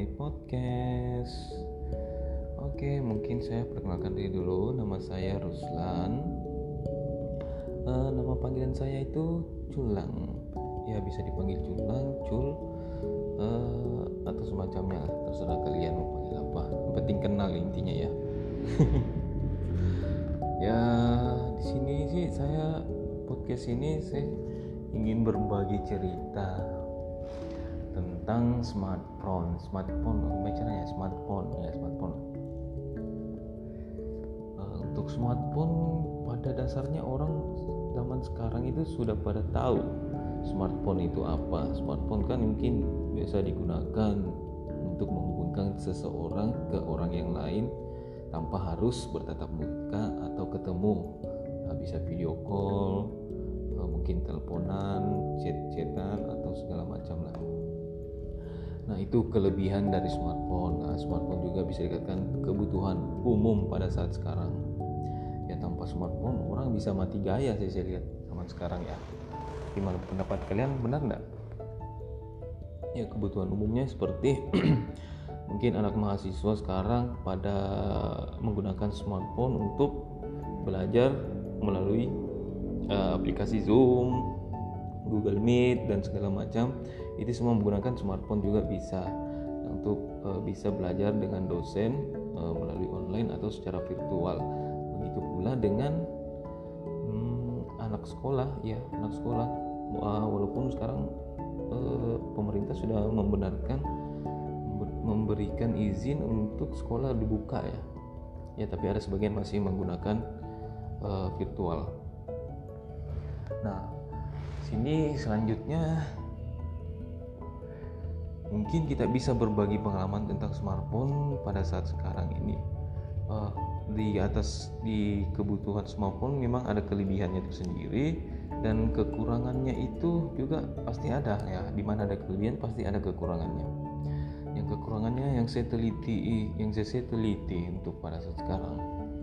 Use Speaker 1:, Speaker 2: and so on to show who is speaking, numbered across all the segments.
Speaker 1: my podcast. Oke, mungkin saya perkenalkan diri dulu. Nama saya Ruslan. Nama panggilan saya itu Culang. Ya, bisa dipanggil Culang, Cul, atau semacamnya lah. Terserah kalian mau panggil apa. Yang penting kenal intinya ya. Ya, di sini sih podcast ini saya ingin berbagi cerita tentang smartphone. Untuk smartphone pada dasarnya orang zaman sekarang itu sudah pada tahu smartphone itu apa. Smartphone kan mungkin biasa digunakan untuk menghubungkan seseorang ke orang yang lain tanpa harus bertatap muka atau ketemu. Bisa video call, mungkin teleponan, chat-chatan atau segala macam lah. Nah, itu kelebihan dari smartphone. Nah, smartphone juga bisa dikatakan kebutuhan umum pada saat sekarang. Ya, tanpa smartphone orang bisa mati gaya saya lihat zaman sekarang ya. Gimana pendapat kalian, benar enggak? Ya, kebutuhan umumnya seperti mungkin anak mahasiswa sekarang pada menggunakan smartphone untuk belajar melalui aplikasi Zoom, Google Meet dan segala macam. Itu semua menggunakan smartphone juga bisa untuk bisa belajar dengan dosen melalui online atau secara virtual. Begitu pula dengan anak sekolah. Walaupun sekarang pemerintah sudah memberikan izin untuk sekolah dibuka ya, tapi ada sebagian masih menggunakan virtual. Nah, sini selanjutnya mungkin kita bisa berbagi pengalaman tentang smartphone pada saat sekarang ini. Di kebutuhan smartphone memang ada kelebihannya tersendiri dan kekurangannya itu juga pasti ada ya. Di mana ada kelebihan pasti ada kekurangannya. Yang kekurangannya yang saya teliti untuk pada saat sekarang,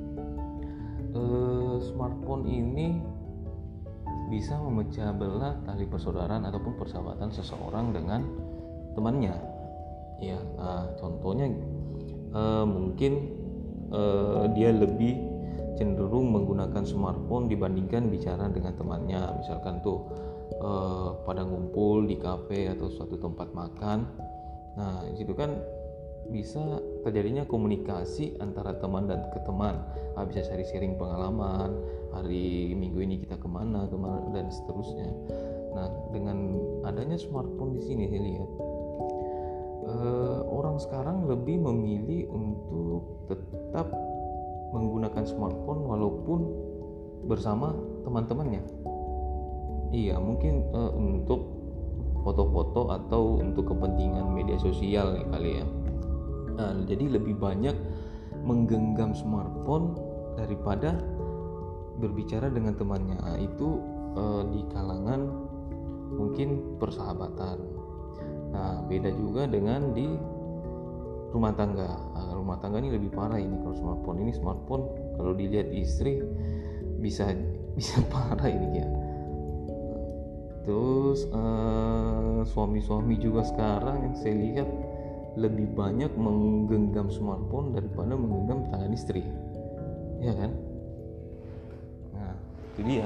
Speaker 1: smartphone ini bisa memecah belah tali persaudaraan ataupun persahabatan seseorang dengan temannya. Ya, contohnya mungkin dia lebih cenderung menggunakan smartphone dibandingkan bicara dengan temannya. Misalkan pada ngumpul di kafe atau suatu tempat makan. Nah, di situ kan bisa terjadinya komunikasi antara teman dan ke teman. Bisa sharing pengalaman, hari minggu ini kita kemana dan seterusnya. Nah, dengan adanya smartphone di sini saya lihat orang sekarang lebih memilih untuk tetap menggunakan smartphone walaupun bersama teman-temannya. Iya, mungkin untuk foto-foto atau untuk kepentingan media sosial kali ya. Jadi lebih banyak menggenggam smartphone daripada berbicara dengan temannya. Itu di kalangan mungkin persahabatan. Nah, beda juga dengan di rumah tangga. Rumah tangga ini lebih parah ini kalau smartphone. Ini smartphone kalau dilihat istri bisa parah ini ya. Terus suami-suami juga sekarang yang saya lihat lebih banyak menggenggam smartphone daripada menggenggam tangan istri, ya kan? Nah, itu dia.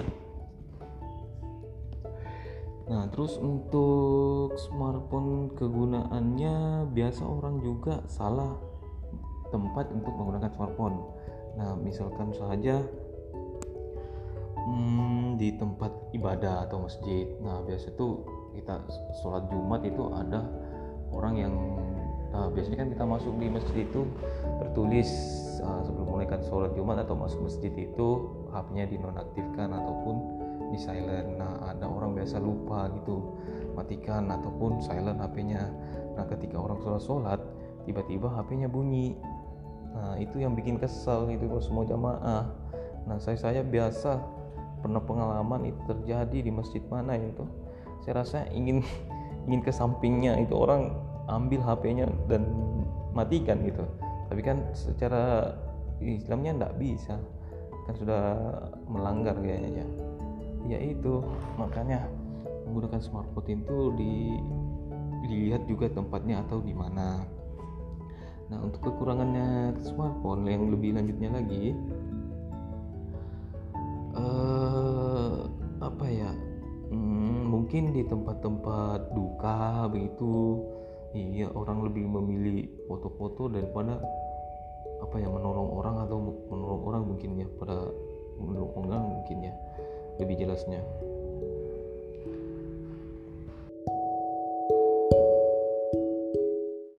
Speaker 1: Nah, terus untuk smartphone kegunaannya biasa orang juga salah tempat untuk menggunakan smartphone. Nah, misalkan saja di tempat ibadah atau masjid. Nah, biasa tuh kita sholat Jumat itu ada orang yang biasanya kan kita masuk di masjid itu tertulis sebelum mulaikan sholat Jumat atau masuk masjid itu HP-nya dinonaktifkan ataupun di silent. Nah, ada orang biasa lupa gitu matikan ataupun silent HP-nya. Nah, ketika orang sholat tiba-tiba HP-nya bunyi. Nah, itu yang bikin kesal itu kalau semua jamaah. Nah, saya biasa pernah pengalaman itu terjadi di masjid mana itu. Saya rasa ingin ke sampingnya itu orang ambil HP-nya dan matikan gitu. Tapi kan secara Islamnya enggak bisa. Kan sudah melanggar kayaknya ya. Ya itu, makanya menggunakan smartphone itu dilihat juga tempatnya atau di mana. Nah, untuk kekurangannya smartphone yang lebih lanjutnya lagi, apa ya? Mungkin di tempat-tempat duka begitu, iya orang lebih memilih foto-foto daripada apa ya, menolong orang mungkin ya, pada menolong orang mungkin ya lebih jelasnya.